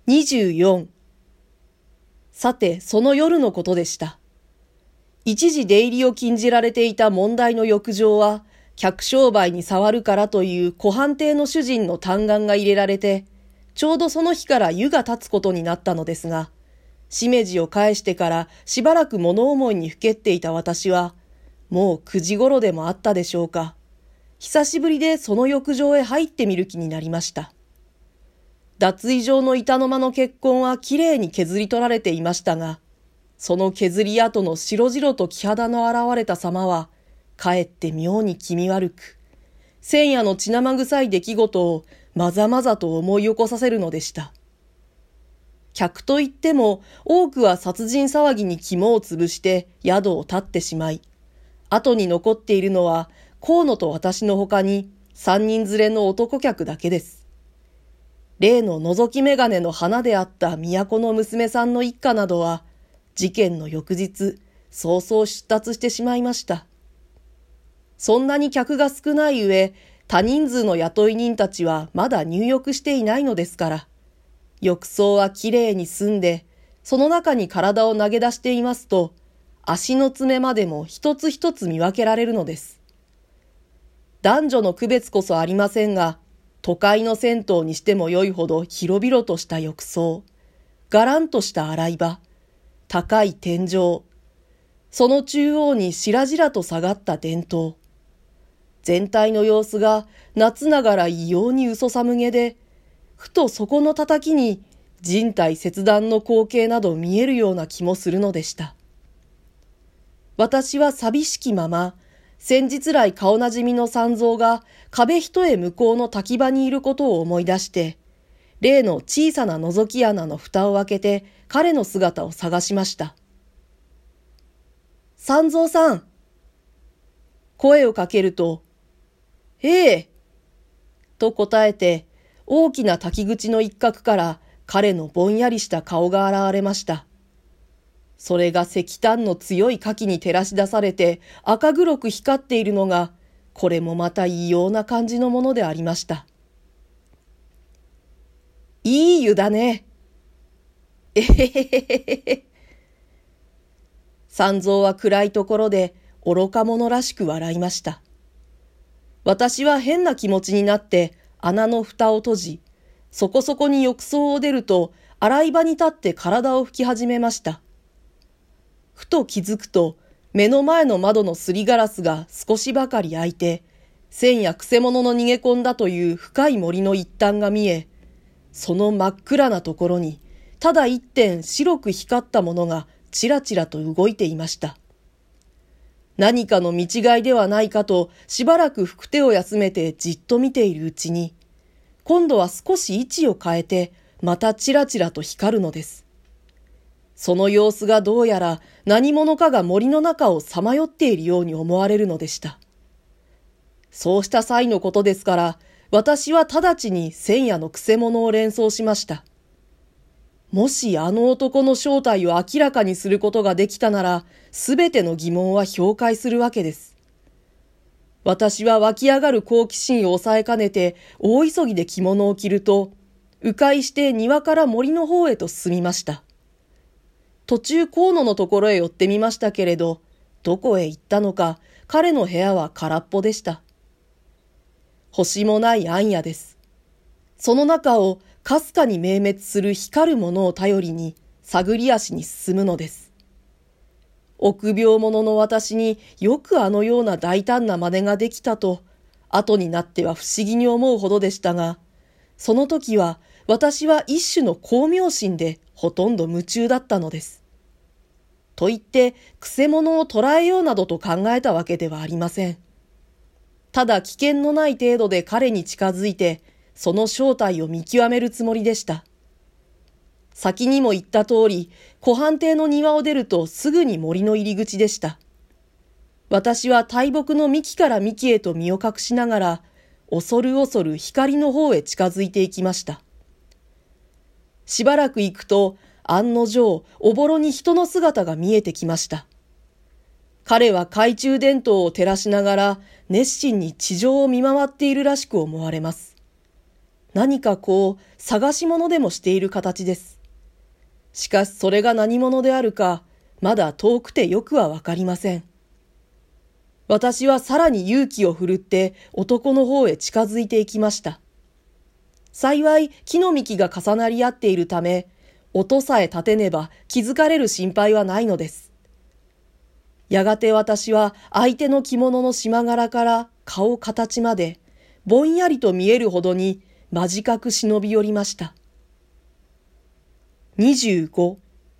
24。さて、その夜のことでした。一時出入りを禁じられていた問題の浴場は、客商売に触るからという湖畔亭の主人の嘆願が入れられて、ちょうどその日から湯が立つことになったのですが、しめじを返してからしばらく物思いにふけっていた私は、もう9時頃でもあったでしょうか。久しぶりでその浴場へ入ってみる気になりました。脱衣場の板の間の血痕はきれいに削り取られていましたが、その削り跡の白々と木肌の現れた様は、かえって妙に気味悪く、先夜の血生臭い出来事をまざまざと思い起こさせるのでした。客といっても多くは殺人騒ぎに肝を潰して宿を立ってしまい、後に残っているのは河野と私の他に三人連れの男客だけです。例の覗き眼鏡の花であった都の娘さんの一家などは、事件の翌日、早々出立してしまいました。そんなに客が少ない上、多人数の雇い人たちはまだ入浴していないのですから、浴槽はきれいに澄んで、その中に体を投げ出していますと、足の爪までも一つ一つ見分けられるのです。男女の区別こそありませんが、都会の銭湯にしても良いほど広々とした浴槽、がらんとした洗い場、高い天井、その中央に白々と下がった電灯。全体の様子が夏ながら異様に嘘寒げで、ふとそこの叩きに人体切断の光景など見えるような気もするのでした。私は寂しきまま、先日来顔なじみの三蔵が壁一重向こうの滝場にいることを思い出して、例の小さな覗き穴の蓋を開けて彼の姿を探しました。三蔵さん。声をかけると、ええ。と答えて、大きな滝口の一角から彼のぼんやりした顔が現れました。それが石炭の強い火気に照らし出されて赤黒く光っているのが、これもまた異様な感じのものでありました。いい湯だね。えへへへへ。三蔵は暗いところで愚か者らしく笑いました。私は変な気持ちになって穴の蓋を閉じ、そこそこに浴槽を出ると洗い場に立って体を拭き始めました。ふと気づくと、目の前の窓のすりガラスが少しばかり開いて、線やくせ者の逃げ込んだという深い森の一端が見え、その真っ暗なところに、ただ一点白く光ったものがちらちらと動いていました。何かの見違いではないかとしばらく拭く手を休めてじっと見ているうちに、今度は少し位置を変えて、またちらちらと光るのです。その様子がどうやら何者かが森の中をさまよっているように思われるのでした。そうした際のことですから、私は直ちに先夜のくせ者を連想しました。もしあの男の正体を明らかにすることができたなら、すべての疑問は氷解するわけです。私は湧き上がる好奇心を抑えかねて、大急ぎで着物を着ると、迂回して庭から森の方へと進みました。途中河野のところへ寄ってみましたけれど、どこへ行ったのか、彼の部屋は空っぽでした。星もない暗夜です。その中をかすかに明滅する光るものを頼りに探り足に進むのです。臆病者の私によくあのような大胆な真似ができたと、後になっては不思議に思うほどでしたが、その時は私は一種の巧妙心でほとんど夢中だったのです。と言って、くせ者を捕らえようなどと考えたわけではありません。ただ危険のない程度で彼に近づいて、その正体を見極めるつもりでした。先にも言った通り、湖畔亭の庭を出るとすぐに森の入り口でした。私は大木の幹から幹へと身を隠しながら、恐る恐る光の方へ近づいていきました。しばらく行くと、案の定、おぼろに人の姿が見えてきました。彼は懐中電灯を照らしながら、熱心に地上を見回っているらしく思われます。 何か探し物でもしている形です。しかしそれが何者であるか、まだ遠くてよくはわかりません。私はさらに勇気を振るって男の方へ近づいていきました。幸い木の幹が重なり合っているため、音さえ立てねば気づかれる心配はないのです。やがて私は相手の着物の島柄から顔形までぼんやりと見えるほどに間近く忍び寄りました。25。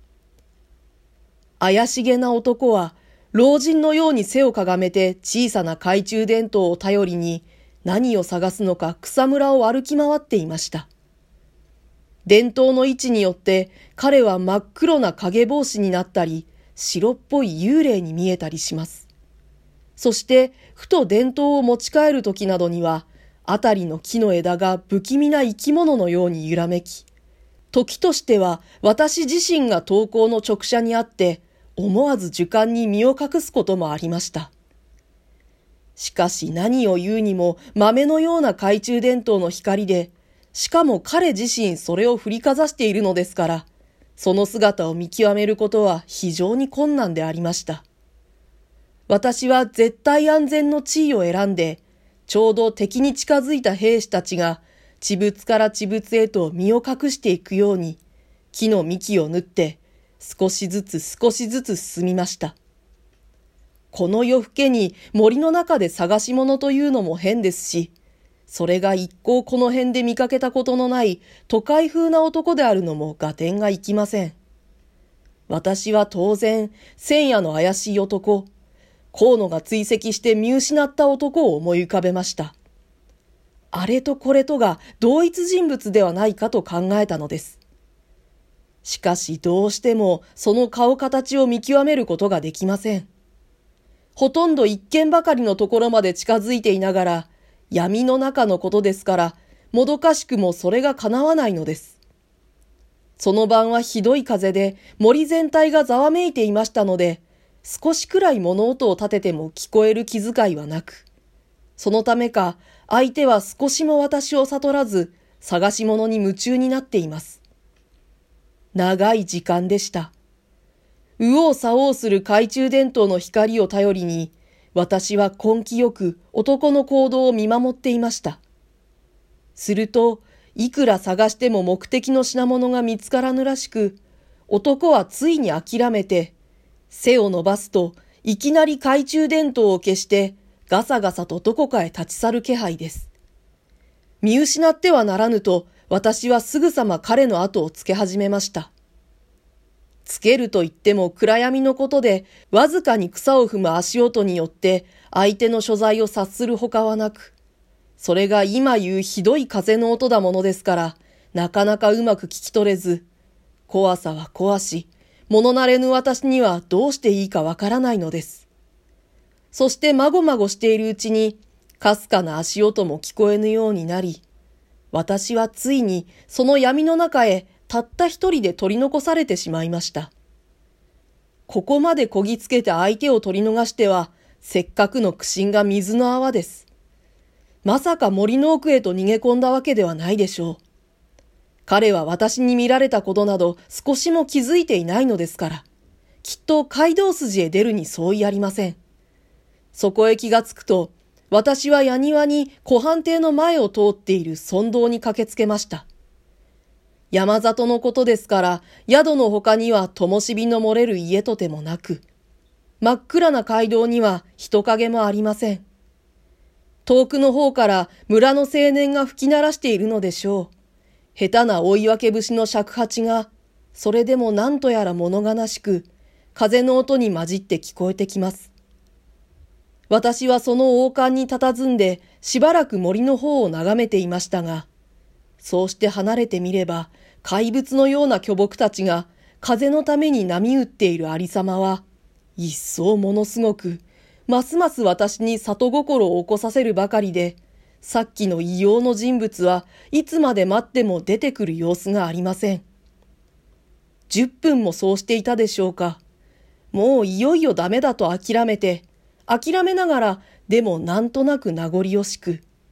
怪しげな男は老人のように背をかがめて小さな懐中電灯を頼りに何を探すのか草むらを歩き回っていました。電灯の位置によって彼は真っ黒な影帽子になったり、白っぽい幽霊に見えたりします。そしてふと電灯を持ち帰る時などには、あたりの木の枝が不気味な生き物のように揺らめき、時としては私自身が投稿の直射にあって思わず樹幹に身を隠すこともありました。しかし何を言うにも豆のような懐中電灯の光で、しかも彼自身それを振りかざしているのですから、その姿を見極めることは非常に困難でありました。私は絶対安全の地位を選んで、ちょうど敵に近づいた兵士たちが地物から地物へと身を隠していくように、木の幹を縫って少しずつ進みました。この夜更けに森の中で探し物というのも変ですし、それが一向この辺で見かけたことのない都会風な男であるのも合点がいきません。私は当然、千夜の怪しい男、河野が追跡して見失った男を思い浮かべました。あれとこれとが同一人物ではないかと考えたのです。しかしどうしてもその顔形を見極めることができません。ほとんど一軒ばかりのところまで近づいていながら、闇の中のことですから、もどかしくもそれが叶わないのです。その晩はひどい風で森全体がざわめいていましたので、少しくらい物音を立てても聞こえる気遣いはなく、そのためか相手は少しも私を悟らず、探し物に夢中になっています。長い時間でした。右往左往する懐中電灯の光を頼りに、私は根気よく男の行動を見守っていました。すると、いくら探しても目的の品物が見つからぬらしく、男はついに諦めて、背を伸ばすといきなり懐中電灯を消してガサガサとどこかへ立ち去る気配です。見失ってはならぬと私はすぐさま彼の後をつけ始めました。つけると言っても暗闇のことでわずかに草を踏む足音によって相手の所在を察するほかはなく、それが今言うひどい風の音だものですからなかなかうまく聞き取れず、怖さは怖し、物慣れぬ私にはどうしていいかわからないのです。そしてまごまごしているうちにかすかな足音も聞こえぬようになり、私はついにその闇の中へたった一人で取り残されてしまいました。ここまでこぎつけて相手を取り逃しては、せっかくの苦心が水の泡です。まさか森の奥へと逃げ込んだわけではないでしょう。彼は私に見られたことなど少しも気づいていないのですから、きっと街道筋へ出るに相違ありません。そこへ気がつくと、私は矢庭に湖畔邸の前を通っている村道に駆けつけました。山里のことですから、宿の他には灯火の漏れる家とてもなく、真っ暗な街道には人影もありません。遠くの方から村の青年が吹き鳴らしているのでしょう。下手な追い分け節の尺八が、それでも何とやら物悲しく、風の音に混じって聞こえてきます。私はその王冠に佇んでしばらく森の方を眺めていましたが、そうして離れてみれば、怪物のような巨木たちが風のために波打っているありさまは、一層ものすごく、ますます私に里心を起こさせるばかりで、さっきの異様の人物はいつまで待っても出てくる様子がありません。10分もそうしていたでしょうか。もういよいよダメだと諦めながら、でもなんとなく名残惜しく、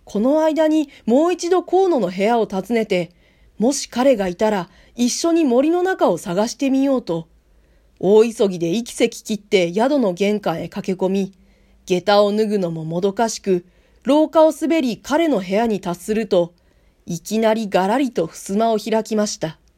この間にもう一度河野の部屋を訪ねて、もし彼がいたら一緒に森の中を探してみようと、大急ぎで息せき切って宿の玄関へ駆け込み、下駄を脱ぐのももどかしく、廊下を滑り彼の部屋に達すると、いきなりがらりと襖を開きました。